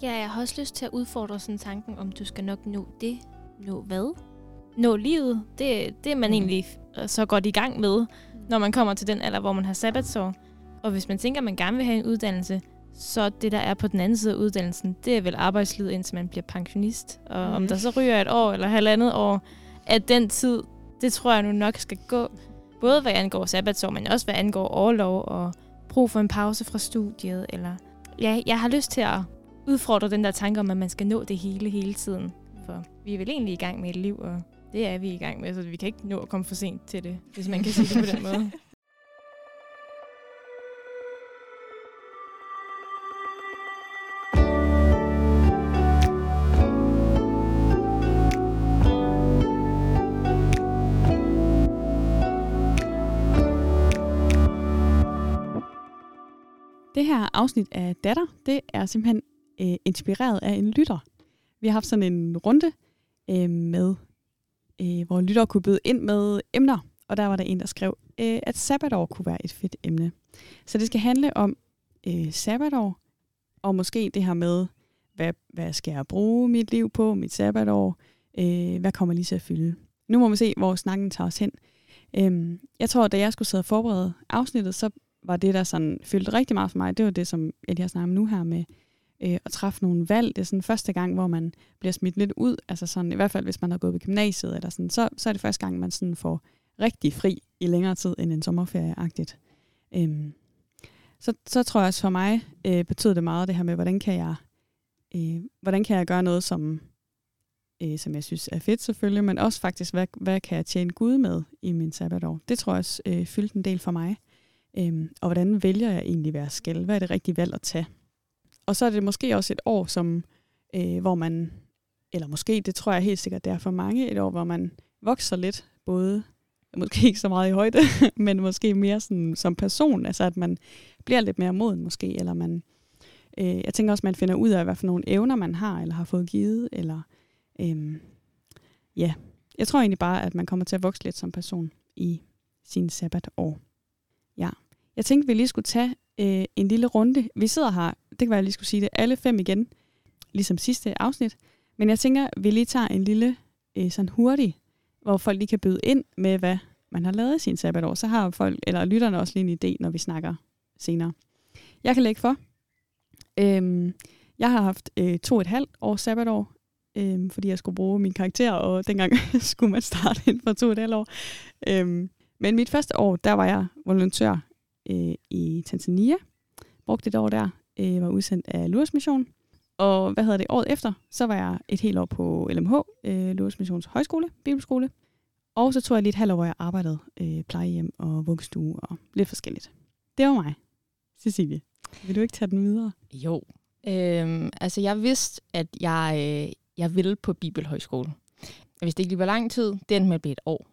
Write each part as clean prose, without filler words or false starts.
Ja, jeg har også lyst til at udfordre sådan tanken, om du skal nok nå det. Nå hvad? Nå livet. Det er man egentlig så godt i gang med, når man kommer til den alder, hvor man har sabbatsår. Og hvis man tænker, at man gerne vil have en uddannelse, så det, der er på den anden side af uddannelsen, det er vel arbejdslivet, indtil man bliver pensionist. Og om der så ryger et år eller halvandet år af den tid, det tror jeg nu nok skal gå. Både hvad angår sabbatsår, men også hvad angår orlov og brug for en pause fra studiet. Eller ja, jeg har lyst til at udfordre den der tanke om, at man skal nå det hele tiden. For vi er vel egentlig i gang med et liv, og det er vi i gang med, så vi kan ikke nå at komme for sent til det, hvis man kan sige det på den måde. Det her afsnit af Datter, det er simpelthen inspireret af en lytter. Vi har haft sådan en runde med, hvor lyttere kunne byde ind med emner, og der var der en, der skrev, at sabbatår kunne være et fedt emne. Så det skal handle om sabbatår, og måske det her med, hvad skal jeg bruge mit liv på, mit sabbatår, hvad kommer lige til at fylde. Nu må vi se, hvor snakken tager os hen. Jeg tror, da jeg skulle sidde og forberede afsnittet, så var det, der sådan fyldte rigtig meget for mig, det var det, som jeg lige har snakket om nu her med at træffe nogle valg. Det er sådan første gang, hvor man bliver smidt lidt ud. Altså sådan, i hvert fald, hvis man har gået på gymnasiet, eller sådan, så er det første gang, man sådan får rigtig fri i længere tid end en sommerferie-agtigt. Så tror jeg også for mig, betød det meget det her med, hvordan kan jeg gøre noget, som jeg synes er fedt selvfølgelig, men også faktisk, hvad kan jeg tjene Gud med i min sabbatår. Det tror jeg også fyldte en del for mig. Og hvordan vælger jeg egentlig, hvad jeg skal? Hvad er det rigtige valg at tage? Og så er det måske også et år, som, hvor man, eller måske, det tror jeg helt sikkert, det er for mange, et år, hvor man vokser lidt, både, måske ikke så meget i højde, men måske mere sådan, som person, altså at man bliver lidt mere moden måske, eller man, jeg tænker også, man finder ud af, hvad for nogle evner man har, eller har fået givet, eller ja, jeg tror egentlig bare, at man kommer til at vokse lidt som person i sin sabbatår. Ja, jeg tænkte, vi lige skulle tage en lille runde. Vi sidder her, det kan være, jeg lige skulle sige det, alle 5 igen, ligesom sidste afsnit. Men jeg tænker, vi lige tager en lille sådan hurtig, hvor folk lige kan byde ind med, hvad man har lavet i sin sabbatår. Så har folk, eller lytterne også lige en idé, når vi snakker senere. Jeg kan lægge for. Jeg har haft 2,5 års sabbatår, fordi jeg skulle bruge min karakter, og dengang skulle man starte inden for 2,5 år. Men mit første år, der var jeg volontør i Tanzania. Brugte et år der. Var udsendt af Lures Mission. Og året efter, så var jeg et helt år på LMH, Lures Missions Højskole, Bibelskole. Og så tog jeg lige et halvt år, hvor jeg arbejdede plejehjem og vuggestue og lidt forskelligt. Det var mig. Cecilie, vil du ikke tage den videre? Jo. Altså jeg vidste, at jeg ville på Bibelhøjskole. Jeg vidste ikke lige, hvor lang tid. Det endte med at blive et år.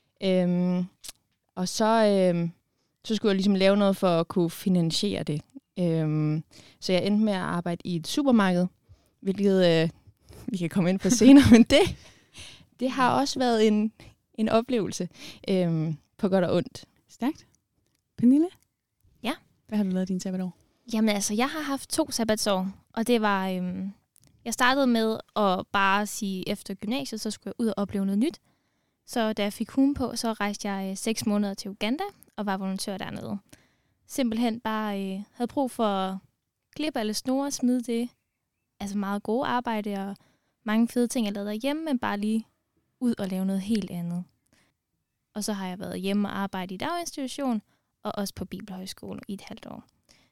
Og så skulle jeg ligesom lave noget for at kunne finansiere det. Så jeg endte med at arbejde i et supermarked, hvilket vi kan komme ind på senere, men det har også været en oplevelse på godt og ondt. Stærkt. Pernille? Ja? Hvad har du lavet i din sabbatår? Jamen altså, jeg har haft 2 sabbatsår, og det var, jeg startede med at bare sige, efter gymnasiet, så skulle jeg ud og opleve noget nyt. Så da jeg fik huen på, så rejste jeg 6 måneder til Uganda og var volontør dernede. Simpelthen bare havde brug for at klippe alle snore, smide det. Altså meget gode arbejde og mange fede ting, jeg lavede derhjemme, men bare lige ud og lave noget helt andet. Og så har jeg været hjemme og arbejdet i daginstitution og også på Bibelhøjskole i et halvt år.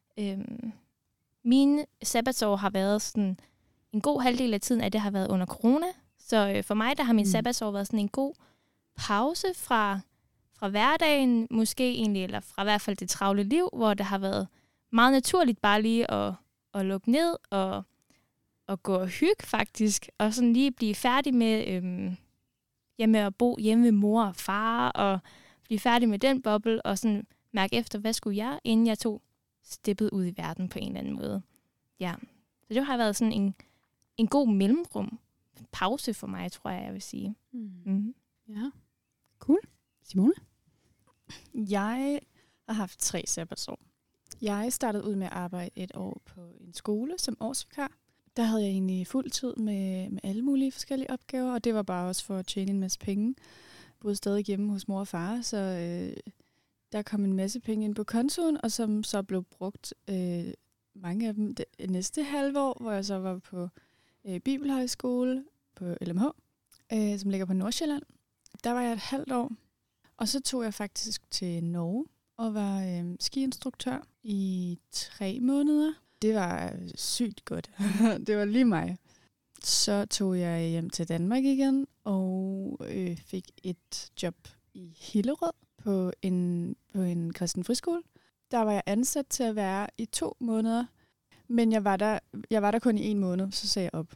Mine sabbatsår har været sådan en god halvdel af tiden, at det har været under corona. Så for mig, der har min sabbatsår været sådan en god pause fra hverdagen, måske egentlig, eller fra i hvert fald det travle liv, hvor det har været meget naturligt bare lige at lukke ned og gå og hygge faktisk, og sådan lige blive færdig med, med at bo hjemme ved mor og far, og blive færdig med den boble, og sådan mærke efter, hvad skulle jeg, inden jeg tog steppet ud i verden på en eller anden måde. Ja, så det har været sådan en god mellemrum, pause for mig, tror jeg vil sige. Ja, cool. Simone? Jeg har haft 3 sabbatsår. Jeg startede ud med at arbejde et år på en skole som årsvikar. der havde jeg egentlig fuld tid med alle mulige forskellige opgaver, og det var bare også for at tjene en masse penge. Boede stadig hjemme hos mor og far, så der kom en masse penge ind på kontoen, og som så blev brugt mange af dem det næste halve år, hvor jeg så var på Bibelhøjskole på LMH, som ligger på Nordsjælland. Der var jeg et halvt år, og så tog jeg faktisk til Norge og var skiinstruktør i 3 måneder. Det var sygt godt. Det var lige mig. Så tog jeg hjem til Danmark igen og fik et job i Hillerød på en kristen friskole. Der var jeg ansat til at være i 2 måneder, men jeg var der kun i 1 måned, så sagde jeg op.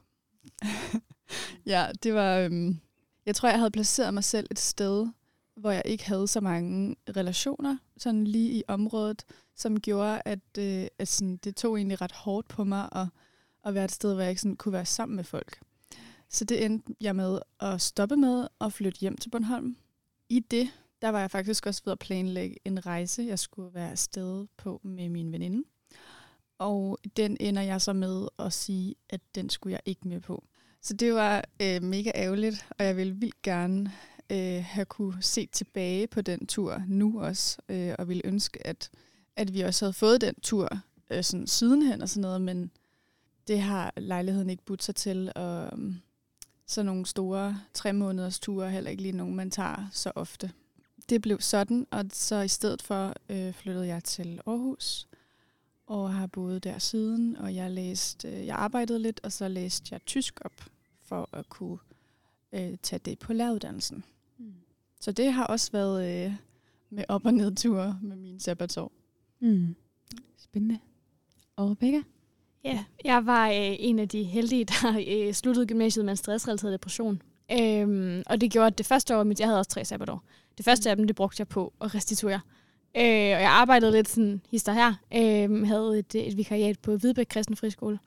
Ja, det var... jeg tror, jeg havde placeret mig selv et sted, hvor jeg ikke havde så mange relationer, sådan lige i området, som gjorde, at sådan, det tog egentlig ret hårdt på mig at være et sted, hvor jeg ikke sådan kunne være sammen med folk. Så det endte jeg med at stoppe med og flytte hjem til Bornholm. I det, der var jeg faktisk også ved at planlægge en rejse, jeg skulle være afsted på med min veninde. Og den ender jeg så med at sige, at den skulle jeg ikke med på. Så det var mega ærgerligt, og jeg ville vildt gerne have kunne se tilbage på den tur nu også, og ville ønske, at vi også havde fået den tur sådan sidenhen og sådan noget, men det har lejligheden ikke budt sig til, og sådan nogle store 3 måneders ture heller ikke lige nogen, man tager så ofte. Det blev sådan, og så i stedet for flyttede jeg til Aarhus, og har boet der siden, og jeg arbejdede lidt, og så læste jeg tysk op, for at kunne tage det på læreruddannelsen. Så det har også været med op- og nedture med mine sabbatsår. Spændende. Og Rebecca? Ja, jeg var en af de heldige, der sluttede gymnasiet med en stressrelateret depression. Og det gjorde, at det første år, jeg havde også 3 sabbatår. Det første af dem, det brugte jeg på at restituere. Og jeg arbejdede lidt sådan hister her. Havde et vikariat på Hvidebæk Kristen Friskole.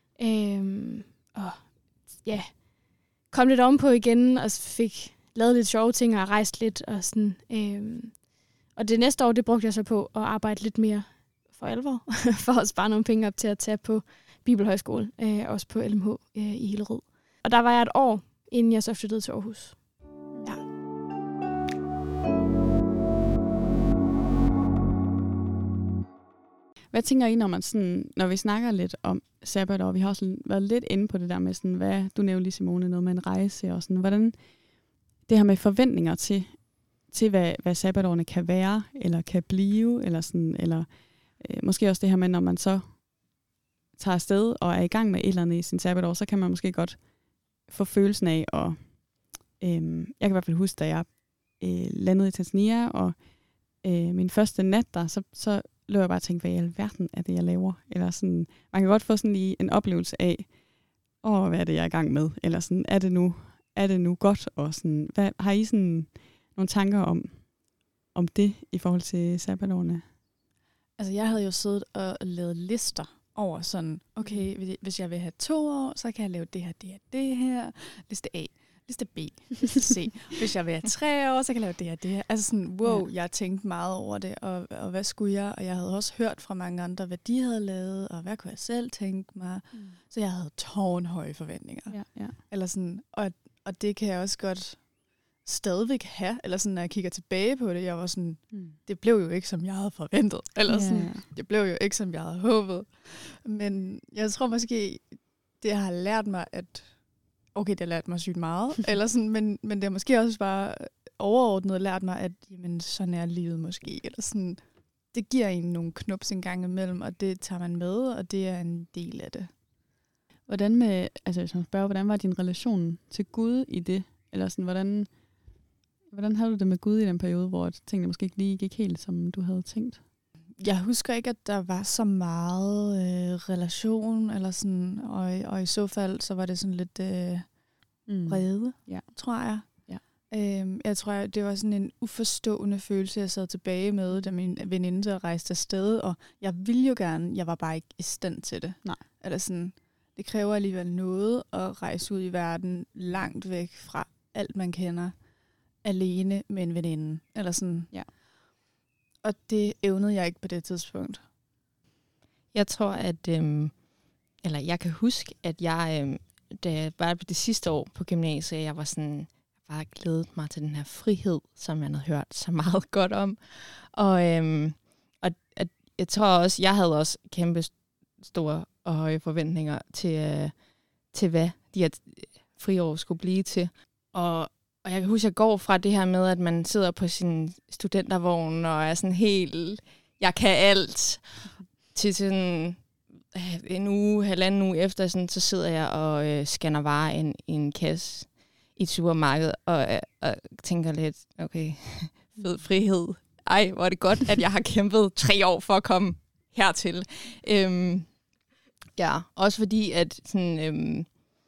Og ja, kom lidt ovenpå igen, og fik lavet lidt sjove ting og rejst lidt. Og, sådan, og det næste år, det brugte jeg så på at arbejde lidt mere for alvor, for at spare nogle penge op til at tage på Bibelhøjskole, også på LMH i Hillerød. Og der var jeg et år, inden jeg så flyttede til Aarhus. Ja. Hvad tænker I, når vi snakker lidt om sabbatår? Vi har også været lidt inde på det der med, sådan, hvad du nævnte lige, Simone, noget med en rejse og sådan. Hvordan det her med forventninger til hvad sabbatårene kan være, eller kan blive, eller måske også det her med, når man så tager afsted og er i gang med et eller andet i sin sabbatår, så kan man måske godt få følelsen af, og jeg kan i hvert fald huske, da jeg landede i Tanzania, og min første nat der, så lå jeg bare og tænkte, hvad i alverden er det, jeg laver? Eller sådan, man kan godt få sådan lige en oplevelse af, hvad er det, jeg er i gang med? Eller sådan, er det nu godt? Og sådan, har I sådan nogle tanker om det i forhold til sabbatårene? Altså, jeg havde jo siddet og lavet lister over sådan, okay, hvis jeg vil have 2 år, så kan jeg lave det her. Liste A, liste B, liste C. Hvis jeg vil have 3 år, så kan jeg lave det her. Altså sådan, wow, jeg tænkte meget over det, og hvad skulle jeg? Og jeg havde også hørt fra mange andre, hvad de havde lavet, og hvad kunne jeg selv tænke mig. Så jeg havde tårnhøje forventninger. Ja. Eller sådan, og det kan jeg også godt stadigvæk have, eller sådan, når jeg kigger tilbage på det, jeg var sådan, det blev jo ikke, som jeg havde forventet, eller sådan, det blev jo ikke, som jeg havde håbet. Men jeg tror måske, det har lært mig, det har lært mig sygt meget, eller sådan, men det har måske også bare overordnet lært mig, at jamen, sådan er livet måske, eller sådan, det giver en nogle knups en gang imellem, og det tager man med, og det er en del af det. Hvis man spørger, hvordan var din relation til Gud i det? Eller sådan, hvordan havde du det med Gud i den periode, hvor tingene måske ikke lige gik helt, som du havde tænkt? Jeg husker ikke, at der var så meget relation, eller sådan, og i så fald, så var det sådan lidt vrede, tror jeg. Ja. Jeg tror, det var sådan en uforstående følelse, jeg sad tilbage med, da min veninde rejste afsted, og jeg ville jo gerne, jeg var bare ikke i stand til det. Nej. Eller sådan, det kræver alligevel noget at rejse ud i verden, langt væk fra alt, man kender, alene med en veninde. Eller sådan. Ja. Og det evnede jeg ikke på det tidspunkt. Jeg tror, at jeg kan huske, at jeg, da jeg var det sidste år på gymnasiet, jeg var sådan, bare glædet mig til den her frihed, som jeg havde hørt så meget godt om. Og at jeg tror også, jeg havde også kæmpe store og høje forventninger til hvad de her friår skulle blive til. Og jeg kan huske, at jeg går fra det her med, at man sidder på sin studentervogn og er sådan helt, jeg kan alt, til sådan halvanden uge efter, sådan, så sidder jeg og scanner varer ind i en kasse i et supermarked, og tænker lidt, okay, fed frihed. Ej, hvor er det godt, at jeg har kæmpet 3 år for at komme hertil. Ja, også fordi, at sådan,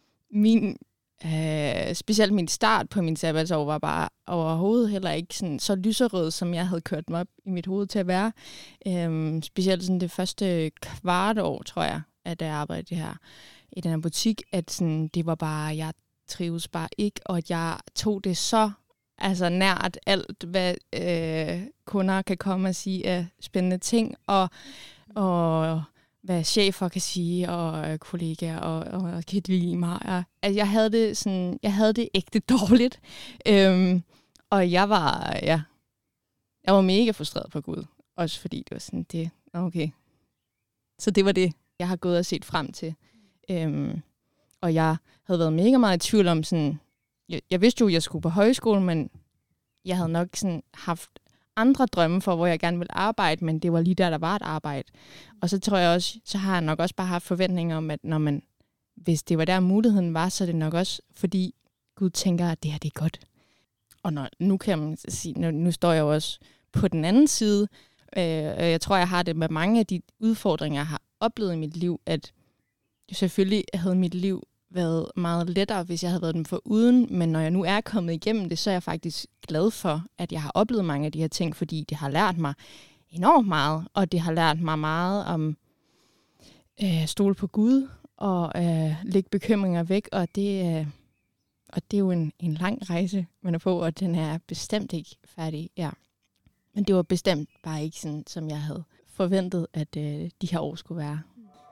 specielt min start på min sabbatsår var bare overhovedet heller ikke sådan, så lyserød, som jeg havde kørt mig op i mit hoved til at være. Specielt sådan det første kvart år, tror jeg, at jeg arbejdede her i den her butik, at sådan, det var bare, jeg trives bare ikke, og at jeg tog det så nært alt, hvad kunder kan komme og sige af spændende ting, og hvad chefer kan sige, og kollegaer, og kan lide mig. Jeg havde det ægte dårligt. Og jeg var mega frustreret på Gud. Også fordi det var sådan, det okay. Så det var det, jeg har gået og set frem til. Og jeg havde været mega meget i tvivl om sådan, jeg vidste jo, at jeg skulle på højskole, men jeg havde nok sådan haft andre drømme for, hvor jeg gerne ville arbejde, men det var lige der var et arbejde. Og så tror jeg også, så har jeg nok også bare haft forventninger om, at hvis det var der muligheden var, så er det nok også, fordi Gud tænker, at det her det er godt. Og nu kan man sige, nu står jeg jo også på den anden side, og jeg tror, jeg har det med mange af de udfordringer, jeg har oplevet i mit liv, at selvfølgelig havde mit liv været meget lettere, hvis jeg havde været dem foruden, men når jeg nu er kommet igennem det, så er jeg faktisk glad for, at jeg har oplevet mange af de her ting, fordi det har lært mig enormt meget, og det har lært mig meget om stole på Gud, og lægge bekymringer væk, og det er jo en lang rejse, man er på, og den er bestemt ikke færdig, ja. Men det var bestemt bare ikke sådan, som jeg havde forventet, at de her år skulle være.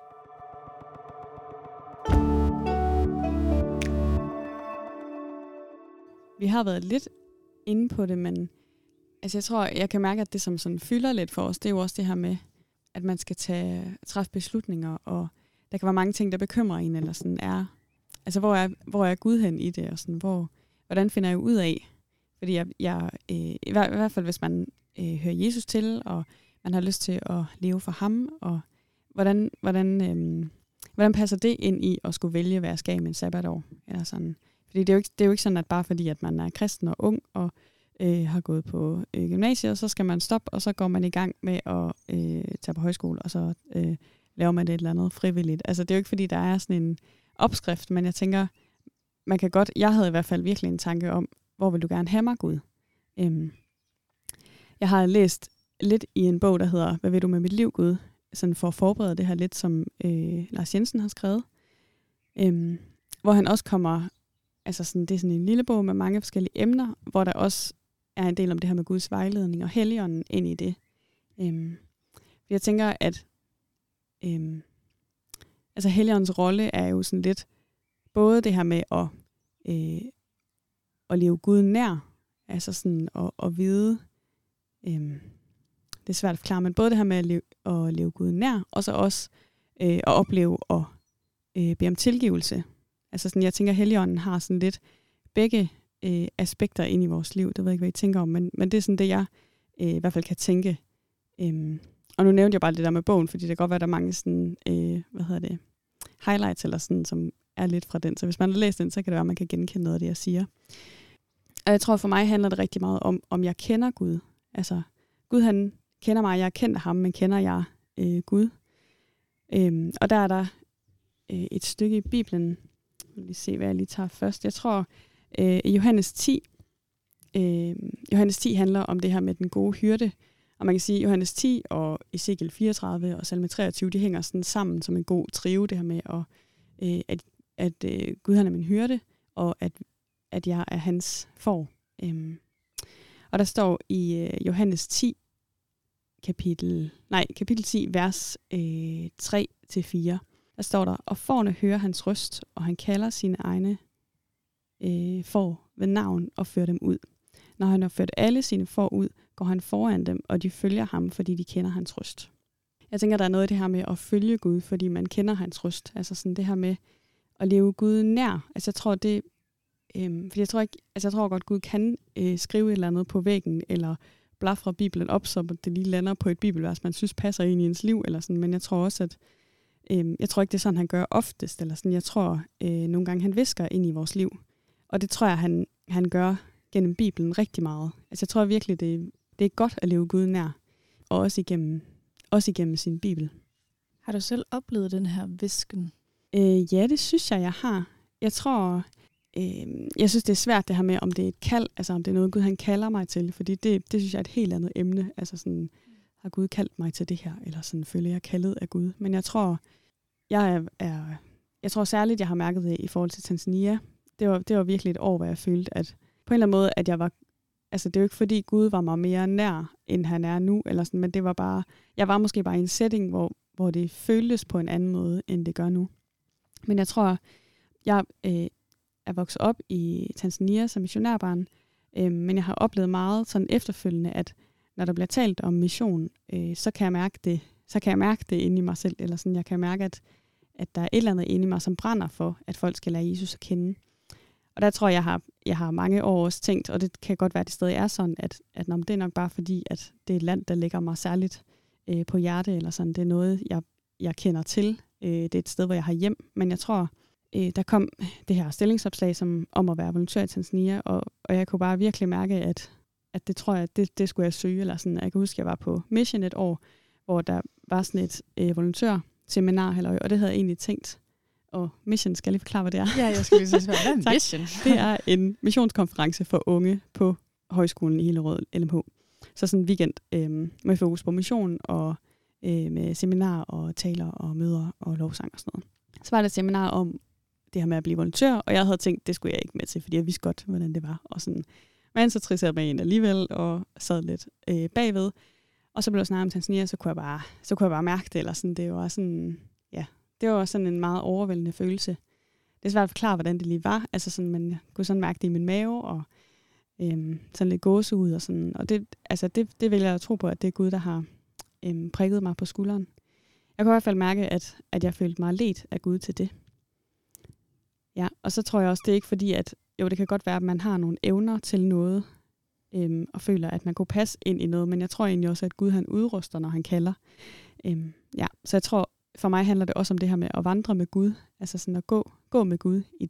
Vi har været lidt inde på det, men altså jeg tror, jeg kan mærke, at det som sådan fylder lidt for os, det er jo også det her med, at man skal træffe beslutninger, og der kan være mange ting, der bekymrer en, eller sådan er, altså hvor er Gud hen i det, og sådan, hvordan finder jeg ud af, fordi jeg i hvert fald hvis man hører Jesus til, og man har lyst til at leve for ham, og hvordan passer det ind i at skulle vælge, hvad jeg skal i min sabbatår, eller sådan. Fordi det er jo ikke sådan, at bare fordi, at man er kristen og ung, og har gået på gymnasiet, så skal man stoppe, og så går man i gang med at tage på højskole, og så laver man det et eller andet frivilligt. Altså det er jo ikke, fordi der er sådan en opskrift, men jeg tænker, jeg havde i hvert fald virkelig en tanke om, hvor vil du gerne have mig, Gud? Jeg har læst lidt i en bog, der hedder, Hvad vil du med mit liv, Gud? Sådan for at forberede det her lidt, som Lars Jensen har skrevet. Hvor han også kommer, altså sådan, det er sådan en lille bog med mange forskellige emner, hvor der også er en del om det her med Guds vejledning og Helligånden ind i det. Jeg tænker, at altså Helligåndens rolle er jo sådan lidt både det her med at leve Gud nær, altså sådan at vide, det er svært at forklare, men både det her med at leve Gud nær, og så også at opleve og bede om tilgivelse. Altså sådan, jeg tænker, at Helligånden har sådan lidt begge aspekter ind i vores liv. Det ved jeg ikke, hvad I tænker om, men det er sådan det, jeg i hvert fald kan tænke. Og nu nævnte jeg bare det der med bogen, fordi det kan godt være, der er mange sådan, highlights eller sådan, som er lidt fra den. Så hvis man har læst den, så kan det være, at man kan genkende noget af det, jeg siger. Og jeg tror, for mig handler det rigtig meget om jeg kender Gud. Altså, Gud han kender mig, jeg kender ham, men kender jeg Gud? Og der er der et stykke i Bibelen. Jeg vil lige se, hvad jeg lige tager først. Jeg tror, Johannes 10. Johannes 10 handler om det her med den gode hyrde. Og man kan sige, at Johannes 10 og Ezekiel 34 og Salme 23, de hænger sådan sammen som en god trio. Det her med, at Gud han er min hyrde, og at jeg er hans får. Og der står i Johannes 10, kapitel 10, vers 3-4. der står der, og fårene hører hans røst, og han kalder sine egne får ved navn og fører dem ud. Når han har ført alle sine får ud, går han foran dem, og de følger ham, fordi de kender hans røst. Jeg tænker, der er noget af det her med at følge Gud, fordi man kender hans røst. Altså sådan det her med at leve Gud nær. Altså jeg tror, det... fordi jeg tror godt, Gud kan skrive et eller andet på væggen, eller blafre Bibelen op, så det lige lander på et bibelvers, man synes passer ind i ens liv, eller sådan. Men jeg tror også, at jeg tror ikke, det er sådan, han gør oftest, eller sådan. Jeg tror nogle gange, han visker ind i vores liv. Og det tror jeg, han gør gennem Bibelen rigtig meget. Altså jeg tror virkelig, det er godt at leve Gud nær, og også igennem sin Bibel. Har du selv oplevet den her visken? Ja, det synes jeg har. Jeg tror... jeg synes, det er svært det her med, om det er et kald, altså om det er noget, Gud han kalder mig til, fordi det synes jeg er et helt andet emne. Altså sådan, har Gud kaldt mig til det her, eller sådan føler jeg kaldet af Gud. Men jeg tror, jeg tror særligt, jeg har mærket det i forhold til Tanzania. Det var virkelig et år, hvor jeg følte, at på en eller anden måde, at jeg var, altså det er jo ikke fordi Gud var mig mere nær, end han er nu, eller sådan, men det var bare, jeg var måske bare i en setting, hvor det føltes på en anden måde, end det gør nu. Men jeg tror, jeg er vokset op i Tanzania som missionærbarn, men jeg har oplevet meget sådan efterfølgende, at når der bliver talt om mission, så kan jeg mærke det inde i mig selv, eller sådan, jeg kan mærke, at der er et eller andet inde i mig, som brænder for, at folk skal lære Jesus at kende. Og der tror jeg, jeg har mange år også tænkt, og det kan godt være, at det stadig er sådan, at det er nok bare fordi, at det er et land, der ligger mig særligt på hjerte, eller sådan, det er noget, jeg kender til. Det er et sted, hvor jeg har hjem, men jeg tror, der kom det her stillingsopslag om at være volontør i Tanzania, og jeg kunne bare virkelig mærke, at det tror jeg, det skulle jeg søge, eller sådan. Jeg kan huske, at jeg var på mission et år, hvor der var sådan et volontørseminar, og det havde jeg egentlig tænkt. Og mission, skal jeg lige forklare, hvad det er? Ja, jeg skal lige sige, hvad er mission? Det er en missionskonference for unge på højskolen i Hillerød, LMH. Så sådan en weekend med fokus på mission, og med seminarer og taler og møder og lovsang og sådan noget. Så var der et seminar om det her med at blive volontør, og jeg havde tænkt, det skulle jeg ikke med til, fordi jeg vidste godt, hvordan det var. Og sådan, men så trissede jeg mig ind alligevel, og sad lidt bagved. Og så blev jeg snakket om Tanzania, så kunne jeg bare mærke det, eller sådan, det var sådan, ja, det var sådan en meget overvældende følelse. Det er svært at forklare, hvordan det lige var, altså sådan, men jeg kunne sådan mærke det i min mave, og sådan lidt gåsehud, og sådan, og det vil jeg tro på, at det er Gud, der har prikket mig på skulderen. Jeg kunne i hvert fald mærke, at jeg følte mig ledt af Gud til det. Ja, og så tror jeg også, det er ikke fordi, at jo, det kan godt være, at man har nogle evner til noget, og føler, at man kunne passe ind i noget, men jeg tror egentlig også, at Gud han udruster, når han kalder. Ja, så jeg tror, for mig handler det også om det her med at vandre med Gud, altså sådan at gå med Gud i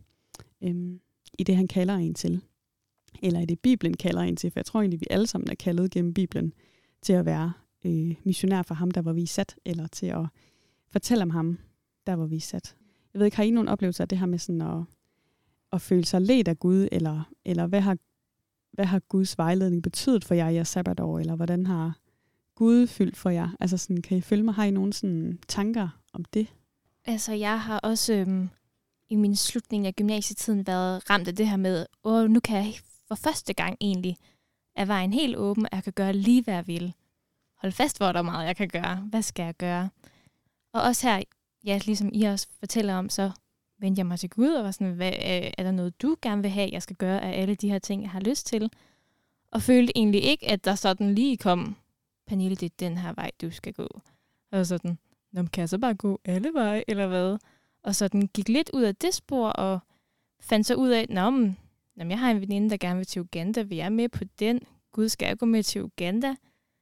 det, han kalder en til. Eller i det, Bibelen kalder en til, for jeg tror egentlig, vi alle sammen er kaldet gennem Bibelen til at være missionær for ham, der hvor vi er sat, eller til at fortælle om ham, der hvor vi er sat. Jeg ved ikke, har I nogen oplevelser af det her med sådan at føle sig ledt af Gud, eller hvad har Guds vejledning betydet for jer i jeres sabbatår, eller hvordan har Gud fyldt for jer? Altså sådan, kan I følge mig? Har I nogen sådan tanker om det? Altså, jeg har også i min slutning af gymnasietiden været ramt af det her med, nu kan jeg for første gang egentlig er vejen helt åben, at jeg kan gøre lige, hvad jeg vil. Hold fast, hvor der er meget, jeg kan gøre. Hvad skal jeg gøre? Og også her, ja, ligesom I også fortæller om, så vendte jeg mig til Gud, og var sådan, er der noget, du gerne vil have, jeg skal gøre af alle de her ting, jeg har lyst til? Og følte egentlig ikke, at der sådan lige kom, Pernille, det er den her vej, du skal gå. Og sådan, kan jeg så bare gå alle veje, eller hvad? Og sådan gik lidt ud af det spor, og fandt så ud af, jeg har en veninde, der gerne vil til Uganda, vil jeg med på den? Gud, skal jeg gå med til Uganda?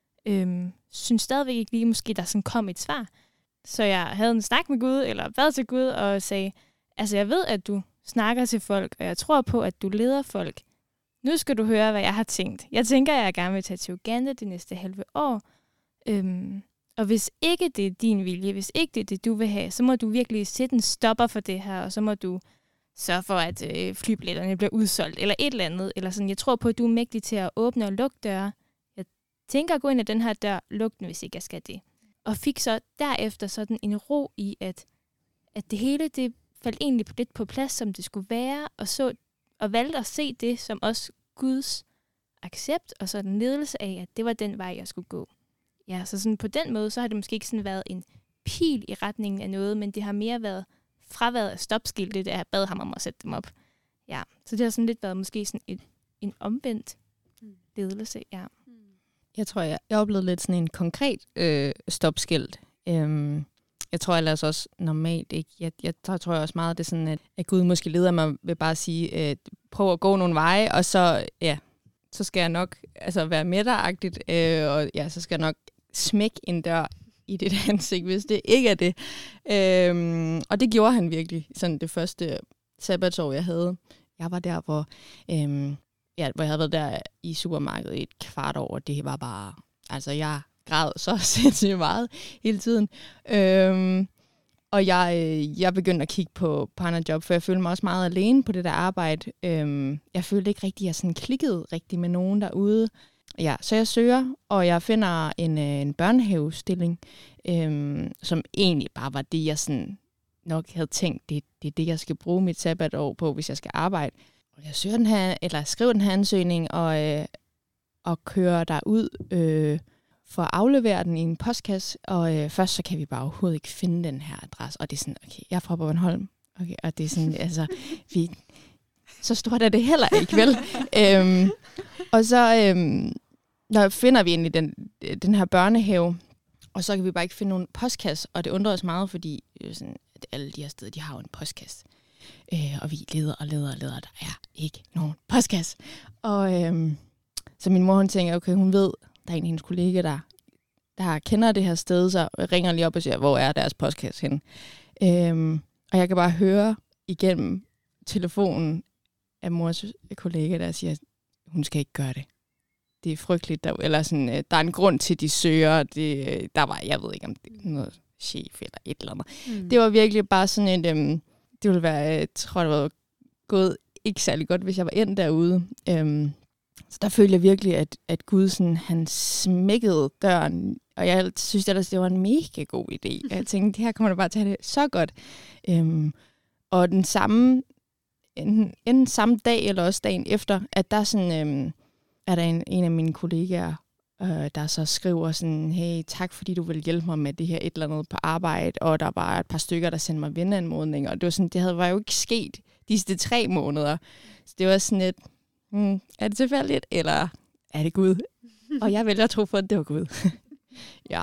Synes stadigvæk ikke lige, måske der sådan kom et svar. Så jeg havde en snak med Gud, eller bad til Gud, og sagde, altså jeg ved, at du snakker til folk, og jeg tror på, at du leder folk. Nu skal du høre, hvad jeg har tænkt. Jeg tænker, at jeg gerne vil tage til Uganda det næste halve år. Og hvis ikke det er din vilje, hvis ikke det er det, du vil have, så må du virkelig sætte en stopper for det her, og så må du sørge for, at flybilletterne bliver udsolgt, eller et eller andet. Eller sådan. Jeg tror på, at du er mægtig til at åbne og lukke døre. Jeg tænker at gå ind ad den her dør, luk den, hvis ikke jeg skal det. Og fik så derefter sådan en ro i, at det hele, det faldt egentlig lidt på plads, som det skulle være, og valgte at se det som også Guds accept, og sådan ledelse af, at det var den vej, jeg skulle gå. Ja, så sådan på den måde, så har det måske ikke sådan været en pil i retningen af noget, men det har mere været fraværet af stopskilte, da jeg bad ham om at sætte dem op. Ja, så det har sådan lidt været måske sådan en omvendt ledelse, ja. Jeg tror, jeg oplevede lidt sådan en konkret stopskilt. Jeg tror ellers også normalt ikke. Jeg tror også meget, det er sådan, at Gud måske leder mig ved bare at sige, prøv at gå nogle veje, og så, så skal jeg nok være med dig-agtigt, og ja, så skal jeg nok smække en dør i dit ansigt, hvis det ikke er det. Og det gjorde han virkelig, sådan det første sabbatsår, jeg havde. Jeg var der, hvor jeg havde været der i supermarkedet i et kvart år, og det var bare, jeg græd så sindssygt meget hele tiden. Og jeg begyndte at kigge på andre job, for jeg følte mig også meget alene på det der arbejde. Jeg følte ikke rigtig, at jeg sådan klikkede rigtig med nogen derude. Ja, så jeg søger, og jeg finder en børnehavestilling, som egentlig bare var det, jeg sådan nok havde tænkt, det er det, jeg skal bruge mit sabbatår på, hvis jeg skal arbejde. Og jeg skriver den her ansøgning, og kører derud for at aflevere den i en postkasse, og først så kan vi bare overhovedet ikke finde den her adresse, og det er sådan, okay, jeg er fra Bornholm, okay, og det er sådan, så stort er det heller ikke, vel? Og så finder vi egentlig den her børnehave, og så kan vi bare ikke finde nogen postkasse, og det undrer os meget, fordi sådan, at alle de her steder, de har jo en postkasse. Og vi leder, der er ikke nogen postkasse. Og så min mor, hun tænker, okay, hun ved, der er en af hendes kollegaer, der kender det her sted, så ringer lige op og siger, hvor er deres postkasse henne? Og jeg kan bare høre igennem telefonen af mors kollega, der siger, hun skal ikke gøre det. Det er frygteligt, eller sådan, der er en grund til, de søger. Der var, jeg ved ikke, om det er noget chef eller et eller andet. Det var virkelig bare sådan et, det ville være, jeg tror, det var gået ikke særlig godt, hvis jeg var endt derude. Så der følte jeg virkelig, at Gud sådan, han smækkede døren, og jeg synes ellers, det var en mega god idé. Jeg tænkte, det her kommer da bare til at have det så godt. Og den samme, enten samme dag eller også dagen efter, at der sådan, er der en af mine kollegaer, der så skriver sådan, hey, tak fordi du vil hjælpe mig med det her et eller andet på arbejde, og der var et par stykker, der sendte mig venneanmodninger, og det var sådan, var jo ikke sket de sidste 3 måneder. Så det var sådan et, er det tilfældigt, eller er det Gud? Og jeg vælger at tro for, at det var Gud. Ja.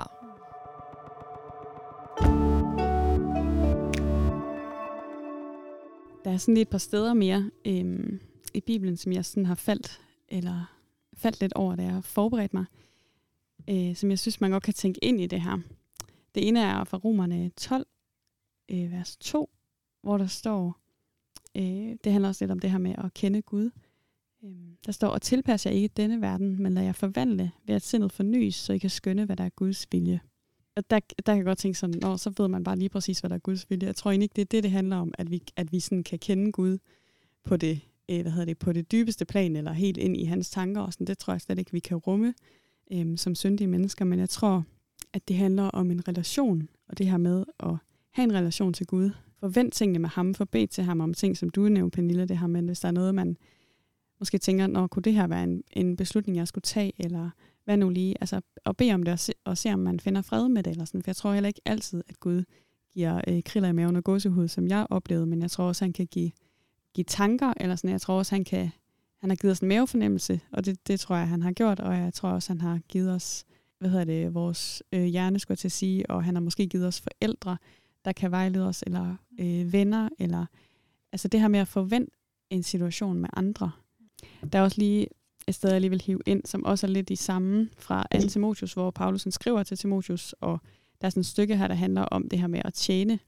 Der er sådan lige et par steder mere i Bibelen, som jeg sådan har faldt lidt over, da jeg har forberedt mig, som jeg synes, man godt kan tænke ind i det her. Det ene er fra Romerne 12, vers 2, hvor der står, det handler også lidt om det her med at kende Gud. Der står, og tilpas jer ikke denne verden, men lad jer forvandle ved at sindet fornyes, så I kan skønne, hvad der er Guds vilje. Og der kan jeg godt tænke sådan, så ved man bare lige præcis, hvad der er Guds vilje. Jeg tror egentlig ikke, det er det handler om, at vi sådan kan kende Gud på det, på det dybeste plan, eller helt ind i hans tanker og sådan. Det tror jeg slet ikke, vi kan rumme som syndige mennesker, men jeg tror, at det handler om en relation, og det her med at have en relation til Gud. Forvent tingene med ham, forbed til ham om ting, som du nævnte, Pernille, det her med, hvis der er noget, man måske tænker, kunne det her være en beslutning, jeg skulle tage, eller hvad nu lige, altså at bede om det, og se, om man finder fred med det, eller sådan. For jeg tror heller ikke altid, at Gud giver kriller i maven og gåsehud, som jeg oplevede, men jeg tror også, han kan give tanker, eller sådan. Jeg tror også, han har givet os en mavefornemmelse, og det tror jeg, han har gjort, og jeg tror også, han har givet os, vores hjerne, skulle jeg til at sige, og han har måske givet os forældre, der kan vejlede os, eller venner, eller altså det her med at forvente en situation med andre. Der er også lige et sted, jeg lige vil hive ind, som også er lidt i samme fra 2. Timotheus, hvor Paulus skriver til Timotheus, og der er sådan et stykke her, der handler om det her med at tjene.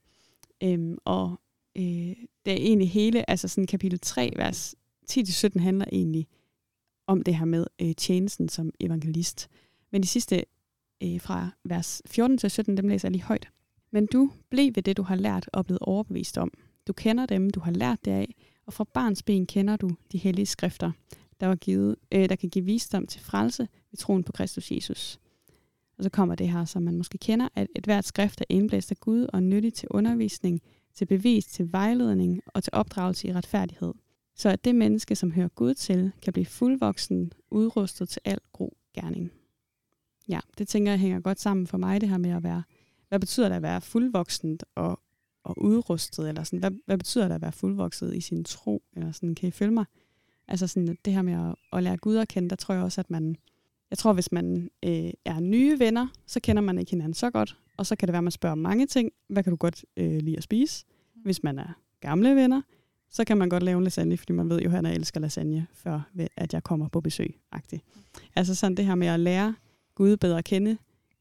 Det er egentlig hele, altså sådan kapitel 3, vers 10-17 handler egentlig om det her med tjenesten som evangelist. Men de sidste fra vers 14-17, dem læser jeg lige højt. Men du blev ved det, du har lært og blevet overbevist om. Du kender dem, du har lært det af, og fra barnsben kender du de hellige skrifter, der kan give visdom til frelse ved troen på Kristus Jesus. Og så kommer det her, som man måske kender, at et hvert skrift er indblæst af Gud og nyttig til undervisning, til bevis, til vejledning og til opdragelse i retfærdighed. Så at det menneske, som hører Gud til, kan blive fuldvoksen, udrustet til al god gerning. Ja, det tænker jeg hænger godt sammen for mig, det her med at være hvad betyder det at være fuldvoksent og udrustet, eller sådan, hvad betyder det at være fuldvokset i sin tro, eller sådan, kan I følge mig? Altså sådan, det her med at lære Gud at kende, der tror jeg også, at jeg tror, hvis man er nye venner, så kender man ikke hinanden så godt, og så kan det være, at man spørger om mange ting. Hvad kan du godt lide at spise? Hvis man er gamle venner, så kan man godt lave en lasagne, fordi man ved jo, at han elsker lasagne, før at jeg kommer på besøg-agtigt. Altså sådan det her med at lære Gud bedre at kende,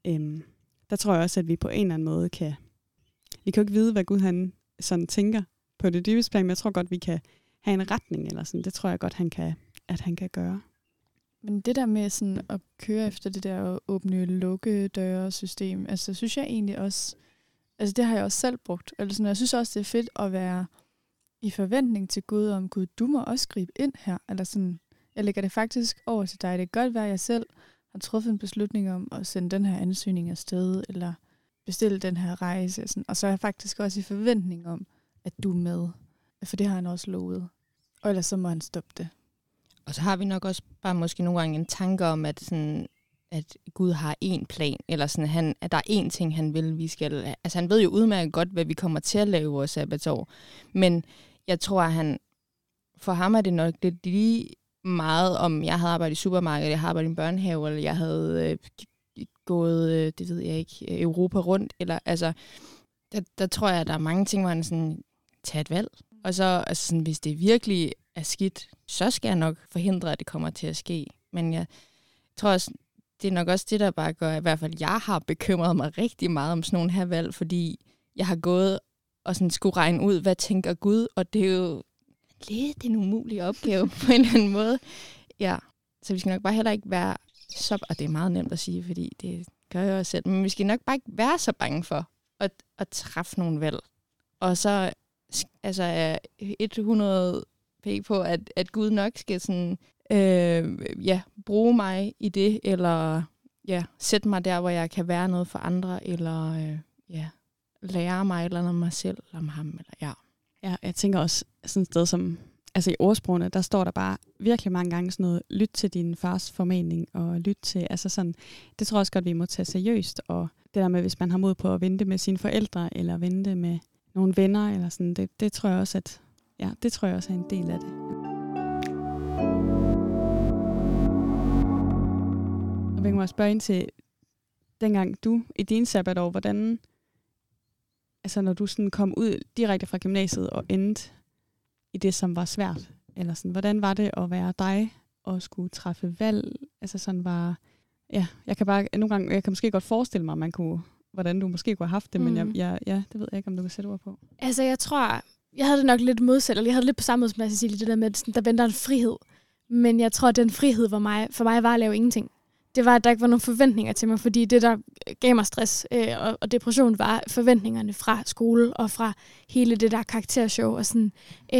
der tror jeg også, at vi på en eller anden måde vi kan jo ikke vide, hvad Gud han sådan tænker på det dybeste plan, men jeg tror godt, vi kan have en retning, eller sådan. Det tror jeg godt, at han kan gøre. Men det der med sådan at køre efter det der åbne lukke-døre-system, altså synes jeg egentlig også, altså det har jeg også selv brugt. Altså sådan, jeg synes også, det er fedt at være i forventning til Gud, om Gud, du må også gribe ind her. Eller sådan, jeg lægger det faktisk over til dig. Det kan godt være, at jeg selv har truffet en beslutning om at sende den her ansøgning afsted, eller bestille den her rejse. Sådan. Og så er jeg faktisk også i forventning om, at du er med. For det har han også lovet. Og ellers så må han stoppe det. Og så har vi nok også bare måske nogle gange en tanke om, at Gud har én plan, eller sådan, at der er én ting, han vil, vi skal. Altså han ved jo udmærket godt, hvad vi kommer til at lave i vores sabbatsår. Men jeg tror, at for ham er det nok lidt lige meget, om jeg havde arbejdet i supermarkedet, jeg havde arbejdet i en børnehave, eller jeg havde gået, det ved jeg ikke, Europa rundt. Eller, altså, der tror jeg, at der er mange ting, hvor han sådan, tager et valg. Og så, altså sådan, hvis det virkelig er skidt, så skal jeg nok forhindre, at det kommer til at ske. Men jeg tror også, det er nok også det, der bare gør, i hvert fald jeg har bekymret mig rigtig meget om sådan nogle her valg, fordi jeg har gået og sådan skulle regne ud, hvad tænker Gud, og det er jo lidt en umulig opgave på en eller anden måde. Ja, så vi skal nok bare heller ikke være så, og det er meget nemt at sige, fordi det gør jeg også selv, men vi skal nok bare ikke være så bange for at træffe nogle valg. Og så altså er 100 på, at Gud nok skal sådan, bruge mig i det, eller sætte mig der, hvor jeg kan være noget for andre, eller lære mig eller noget om mig selv, eller om ham, eller Ja, jeg tænker også sådan et sted som, altså i ordsprogene, der står der bare virkelig mange gange sådan noget, lyt til din fars formaning, og lyt til, altså sådan, det tror jeg også godt, vi må tage seriøst, og det der med, hvis man har mod på at vente med sine forældre, eller vente med nogle venner, eller sådan, det tror jeg også, det tror jeg også er en del af det. Og jeg må spørge ind til, dengang du i din sabbatår, hvordan, altså når du sådan kom ud direkte fra gymnasiet og endte i det, som var svært, eller sådan, hvordan var det at være dig og skulle træffe valg? Altså sådan var, jeg kan måske godt forestille mig, hvordan du måske kunne have haft det, men det ved jeg ikke, om du kan sætte ord på. Altså jeg tror, jeg havde det nok lidt modsat, eller jeg havde det lidt på samme måde som Cecilie, det der med, at der venter en frihed. Men jeg tror, at den frihed for mig var at lave ingenting. Det var, at der ikke var nogen forventninger til mig, fordi det, der gav mig stress og depression, var forventningerne fra skole og fra hele det der karaktershow. Og sådan.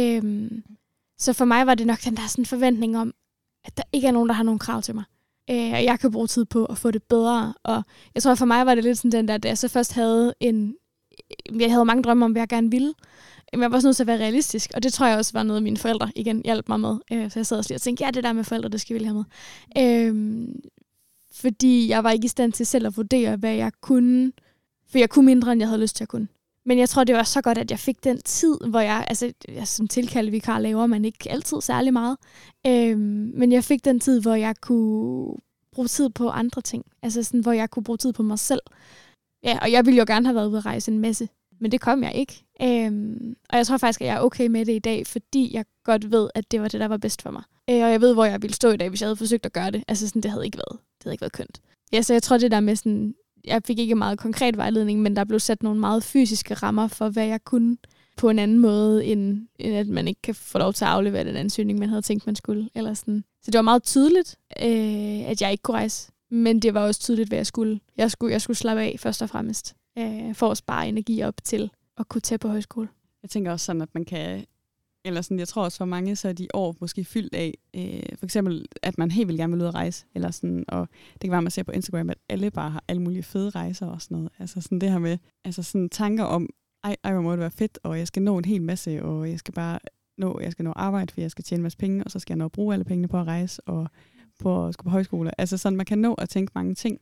Så for mig var det nok den der sådan forventning om, at der ikke er nogen, der har nogen krav til mig. Og jeg kan bruge tid på at få det bedre. Og jeg tror, for mig var det lidt sådan den der, da jeg så først havde jeg havde mange drømme om, hvad jeg gerne ville. Men jeg var også nødt til at være realistisk, og det tror jeg også var noget, mine forældre igen hjalp mig med. Så jeg sad også lige og tænkte, det der med forældre, det skal vi lige have med. Fordi jeg var ikke i stand til selv at vurdere, hvad jeg kunne. For jeg kunne mindre, end jeg havde lyst til at kunne. Men jeg tror, det var så godt, at jeg fik den tid, hvor jeg som tilkaldevikar laver man ikke altid særlig meget. Men jeg fik den tid, hvor jeg kunne bruge tid på andre ting. Altså sådan, hvor jeg kunne bruge tid på mig selv. Ja, og jeg ville jo gerne have været ude at rejse en masse. Men det kom jeg ikke. Og jeg tror faktisk, at jeg er okay med det i dag, fordi jeg godt ved, at det var det, der var bedst for mig. Og jeg ved, hvor jeg ville stå i dag, hvis jeg havde forsøgt at gøre det. Altså sådan, det havde ikke været kønt. Ja, så jeg tror, det der med sådan, jeg fik ikke meget konkret vejledning, men der blev sat nogle meget fysiske rammer for, hvad jeg kunne på en anden måde, end at man ikke kan få lov til at aflevere den ansøgning, man havde tænkt, man skulle. Eller sådan. Så det var meget tydeligt, at jeg ikke kunne rejse. Men det var også tydeligt, hvad jeg skulle. Jeg skulle slappe af først og fremmest, for at spare energi op til at kunne tage på højskole. Jeg tænker også sådan, at man kan, eller sådan, jeg tror også for mange, så er de år måske fyldt af, for eksempel, at man helt vildt gerne vil ud at rejse, eller sådan, og det kan være, at man ser på Instagram, at alle bare har alle mulige fede rejser og sådan noget. Altså sådan det her med, altså sådan tanker om, hvor må det være fedt, og jeg skal nå en hel masse, og jeg skal nå arbejde, for jeg skal tjene en masse penge, og så skal jeg nå at bruge alle pengene på at rejse, og på at skulle på højskole. Altså sådan, man kan nå at tænke mange ting.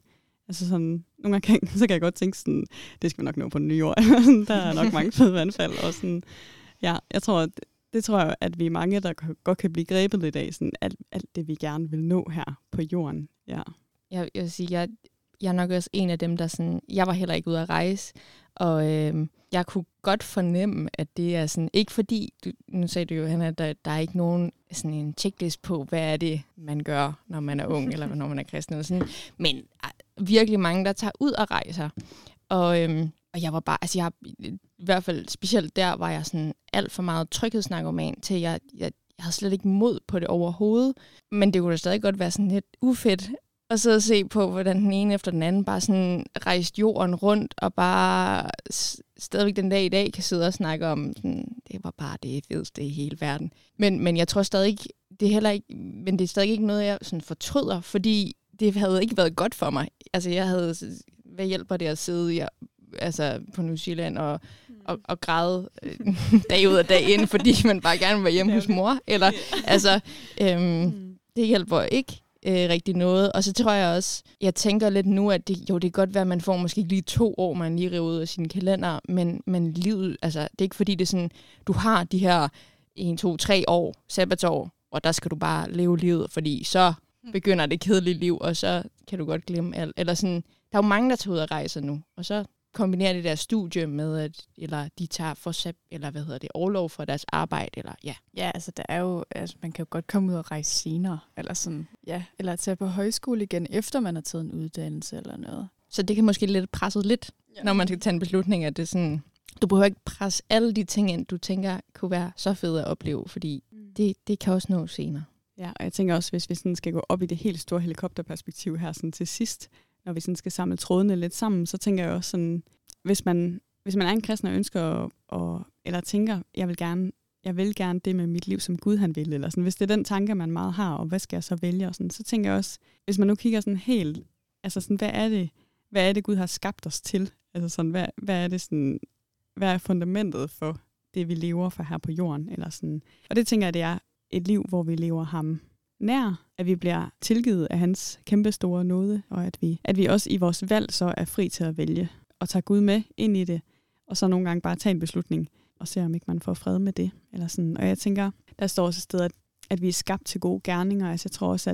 Altså sådan, nogle gange så kan jeg godt tænke sådan, det skal vi nok nå på den nye jord. Der er nok mange fede vandfald. Og sådan, ja, jeg tror, det tror jeg, at vi er mange, der godt kan blive grebet lidt af, sådan alt det, vi gerne vil nå her på jorden. Ja. Jeg vil sige, jeg er nok også en af dem, der sådan, jeg var heller ikke ude at rejse, og jeg kunne godt fornemme, at det er sådan, ikke fordi, nu sagde du jo, Hanna, at der er ikke nogen sådan en checklist på, hvad er det, man gør, når man er ung, eller når man er kristen, eller sådan, men virkelig mange, der tager ud og rejser, og jeg var bare, altså jeg i hvert fald specielt der, var jeg sådan alt for meget tryghedsnarkoman til, jeg havde slet ikke mod på det overhovedet, men det kunne da stadig godt være sådan lidt ufedt, og så se på, hvordan den ene efter den anden bare sådan rejste jorden rundt, og bare stadigvæk den dag i dag kan sidde og snakke om, sådan, det var bare det fedeste i hele verden. Men jeg tror stadig ikke, det er stadig ikke noget, jeg sådan fortryder, fordi det havde ikke været godt for mig. Altså jeg havde, hvad hjælper det at sidde på New Zealand og græde dag ud og dag ind, fordi man bare gerne vil være hjemme hos mor. Eller, altså, det hjælper ikke rigtig noget. Og så tror jeg også, jeg tænker lidt nu, at det kan godt være, at man får måske lige 2 år, man lige river ud af sine kalender, men livet, altså det er ikke fordi, det er sådan, du har de her 1, 2, 3 år, sabbatsår, og der skal du bare leve livet, fordi så begynder det kedelige liv, og så kan du godt glemme alt. Eller sådan, der er jo mange, der tager ud og rejser nu, og så kombinerer det der studie med, eller de tager orlov for deres arbejde, eller ja. Ja, altså der er jo, man kan jo godt komme ud og rejse senere, eller sådan, ja, eller tage på højskole igen, efter man har taget en uddannelse eller noget. Så det kan måske lidt presset lidt, når man skal tage en beslutning, at det er sådan, du behøver ikke presse alle de ting ind, du tænker kunne være så fede at opleve, fordi det kan også nå senere. Ja, og jeg tænker også, hvis vi sådan skal gå op i det helt store helikopterperspektiv her sådan til sidst, når vi sådan skal samle trådene lidt sammen, så tænker jeg også sådan, hvis man er en kristen og ønsker eller tænker, jeg vil gerne det med mit liv, som Gud han vil, eller sådan, hvis det er den tanke, man meget har, og hvad skal jeg så vælge, og sådan, så tænker jeg også, hvis man nu kigger sådan helt, altså sådan, hvad er det Gud har skabt os til? Altså sådan, hvad er det sådan, hvad er fundamentet for det, vi lever for her på jorden? Eller sådan. Og det tænker jeg, det er et liv, hvor vi lever ham nær, at vi bliver tilgivet af hans kæmpe store nåde, og at vi også i vores valg så er fri til at vælge og tage Gud med ind i det, og så nogle gange bare tage en beslutning og se, om ikke man får fred med det. Eller sådan. Og jeg tænker, der står også et sted, at vi er skabt til gode gerninger. Altså, jeg tror også,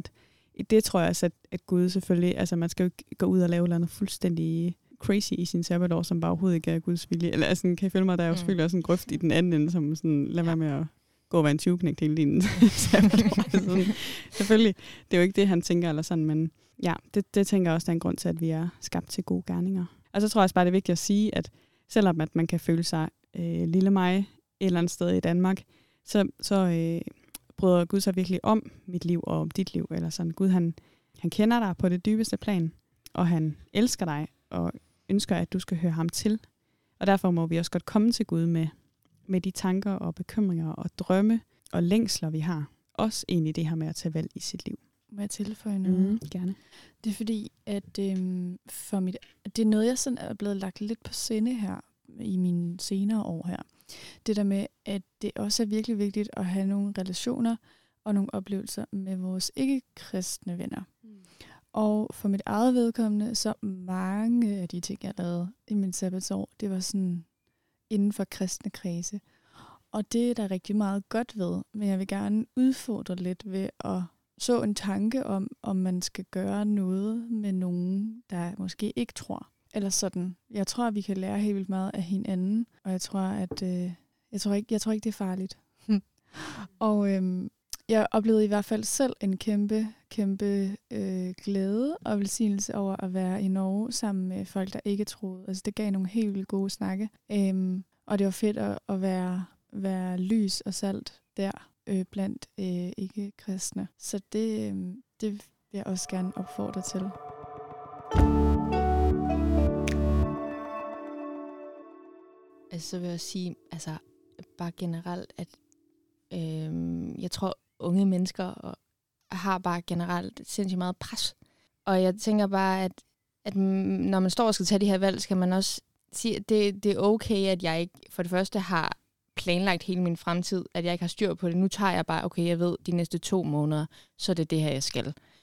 at Gud selvfølgelig, altså man skal jo ikke gå ud og lave noget fuldstændig crazy i sin sabbatår, som bare overhovedet ikke er Guds vilje. Eller altså, kan I følge mig, der er jo selvfølgelig også en grøft i den anden ende, som sådan, lad være med at gå og være en 20-knægt hele din sabbatår. Selvfølgelig, det er jo ikke det, han tænker, eller sådan, men ja, det tænker jeg også, der er en grund til, at vi er skabt til gode gerninger. Og så tror jeg også bare, det er vigtigt at sige, at selvom at man kan føle sig lille mig et eller andet sted i Danmark, så bryder Gud sig virkelig om mit liv og om dit liv. Eller sådan. Gud, han kender dig på det dybeste plan, og han elsker dig og ønsker, at du skal høre ham til. Og derfor må vi også godt komme til Gud med de tanker og bekymringer og drømme og længsler, vi har. Også egentlig det her med at tage valg i sit liv. Må jeg tilføje noget? Gerne. Det er fordi, at det er noget, jeg sådan er blevet lagt lidt på sinde her i mine senere år her. Det der med, at det også er virkelig vigtigt at have nogle relationer og nogle oplevelser med vores ikke-kristne venner. Og for mit eget vedkommende, så mange af de ting, jeg lavede i min sabbatsår, det var sådan inden for kristne kredse. Og det er der rigtig meget godt ved, men jeg vil gerne udfordre lidt ved at så en tanke om man skal gøre noget med nogen, der måske ikke tror. Eller sådan. Jeg tror, at vi kan lære helt vildt meget af hinanden, og jeg tror, at jeg tror ikke, det er farligt. Og jeg oplevede i hvert fald selv en kæmpe glæde og velsignelse over at være i Norge sammen med folk, der ikke troede. Altså det gav nogle helt vildt gode snakke. Og det var fedt at være lys og salt der blandt ikke-kristne. Så det vil jeg også gerne opfordre til. Altså så vil jeg sige, altså bare generelt, at jeg tror, unge mennesker har bare generelt sindssygt meget pres. Og jeg tænker bare, at når man står og skal tage de her valg, skal man også sige, at det er okay, at jeg ikke for det første har planlagt hele min fremtid, at jeg ikke har styr på det. Nu tager jeg bare, okay, jeg ved, de næste 2 måneder, så er det her, jeg skal.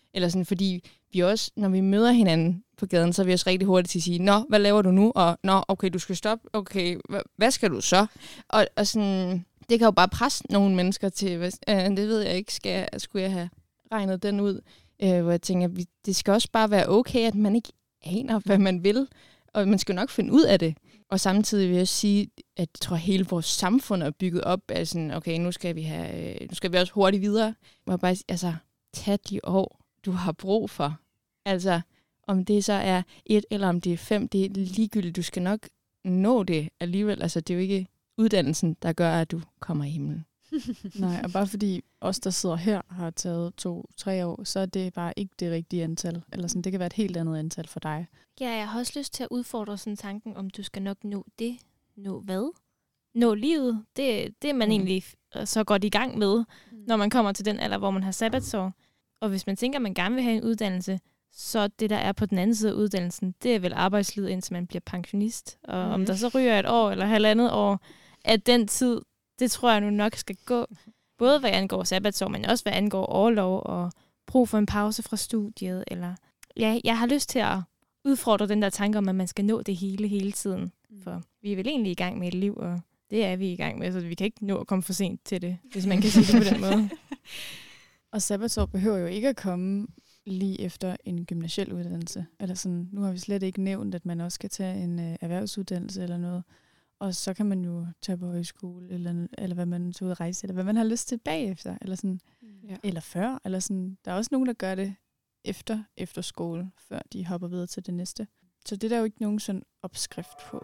Eller sådan, fordi vi også, når vi møder hinanden på gaden, så er vi også rigtig hurtigt til at sige, nå, hvad laver du nu? Og nå, okay, du skal stoppe. Okay, hvad skal du så? Og sådan, det kan jo bare presse nogle mennesker til, det ved jeg ikke, skulle jeg have regnet den ud? Hvor jeg tænker, det skal også bare være okay, at man ikke aner, hvad man vil. Og man skal nok finde ud af det. Og samtidig vil jeg sige, at jeg tror, at hele vores samfund er bygget op af sådan, okay, nu skal vi også hurtigt videre. Hvor bare, altså, tag de år, du har brug for. Altså, om det så er 1 eller om det er 5, det er ligegyldigt. Du skal nok nå det alligevel. Altså, det er jo ikke uddannelsen, der gør, at du kommer i himlen. Nej, og bare fordi os, der sidder her, har taget 2-3 år, så er det bare ikke det rigtige antal. Eller sådan, det kan være et helt andet antal for dig. Ja, jeg har også lyst til at udfordre sådan tanken, om du skal nok nå det. Nå hvad? Nå livet. Det er man egentlig så godt i gang med, når man kommer til den alder, hvor man har sabbatsår. Og hvis man tænker, at man gerne vil have en uddannelse, så det, der er på den anden side af uddannelsen, det er vel arbejdslivet, indtil man bliver pensionist. Og om der så ryger 1 år eller 1,5 år af den tid, det tror jeg nu nok skal gå. Både hvad angår sabbatsår, men også hvad angår orlov og brug for en pause fra studiet. Eller ja, jeg har lyst til at udfordre den der tanke om, at man skal nå det hele tiden. For vi er vel egentlig i gang med et liv, og det er vi i gang med, så vi kan ikke nå at komme for sent til det, hvis man kan sige det på den måde. Og sabbatsår behøver jo ikke at komme lige efter en gymnasiel uddannelse. Eller sådan, nu har vi slet ikke nævnt, at man også skal tage en erhvervsuddannelse eller noget. Og så kan man jo tage på højskole, eller hvad man tager ud at rejse, eller hvad man har lyst til bagefter, eller sådan, eller før. Eller sådan. Der er også nogen, der gør det efter skole, før de hopper videre til det næste. Så det er der jo ikke nogen sådan opskrift på.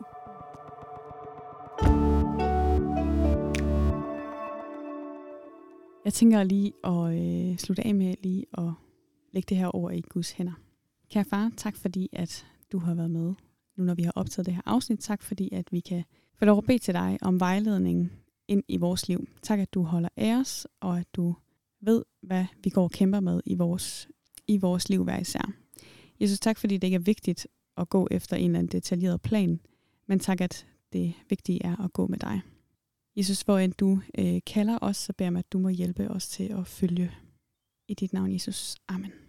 Jeg tænker lige at slutte af med lige at lægge det her over i Guds hænder. Kære far, tak fordi, at du har været med, nu når vi har optaget det her afsnit. Tak fordi, at vi kan få lov at bede til dig om vejledning ind i vores liv. Tak, at du holder af os, og at du ved, hvad vi går og kæmper med i vores liv hver især. Jesus, tak fordi det ikke er vigtigt at gå efter en eller anden detaljeret plan, men tak, at det vigtige er at gå med dig. Jesus, hvor end du kalder os, så beder jeg mig, at du må hjælpe os til at følge i dit navn, Jesus. Amen.